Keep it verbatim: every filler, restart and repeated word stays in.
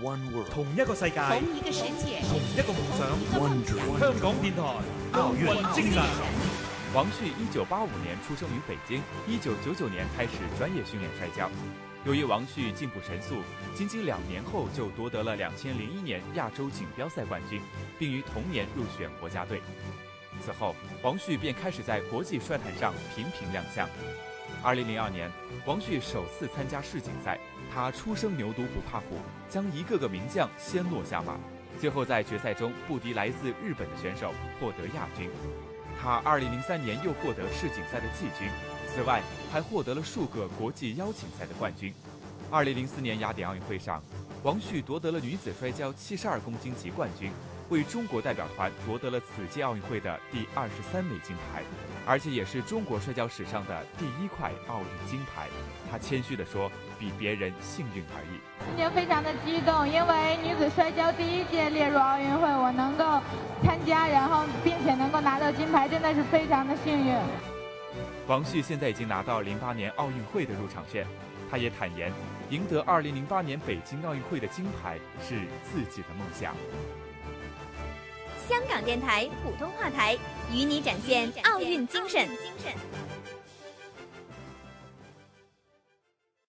同一個世界， 同一個世界， 同一個夢想。香港電台奧運精神。 王旭一九八五年出生于北京，一九九九年开始专业训练摔跤。由于王旭进步神速，仅仅两年后就夺得了两千零一年亚洲锦标赛冠军，并于同年入选国家队。此后，王旭便开始在国际摔坛上频频亮相。二零零二年，王旭首次参加世锦赛，他初生牛犊不怕虎，将一个个名将先落下马，最后在决赛中不敌来自日本的选手，获得亚军。他二零零三年又获得世锦赛的季军，此外还获得了数个国际邀请赛的冠军。二零零四年雅典奥运会上，王旭夺得了女子摔跤七十二公斤级冠军，为中国代表团夺得了此届奥运会的第二十三枚金牌，而且也是中国摔跤史上的第一块奥运金牌。他谦虚地说，比别人幸运而已。 今天非常的激动，因为女子摔跤第一届列入奥运会，我能够参加，然后并且能够拿到金牌，真的是非常的幸运。 王旭现在已经拿到零八年奥运会的入场券，他也坦言，赢得二零零八年北京奥运会的金牌是自己的梦想。 香港电台普通话台，与你展现奥运精神。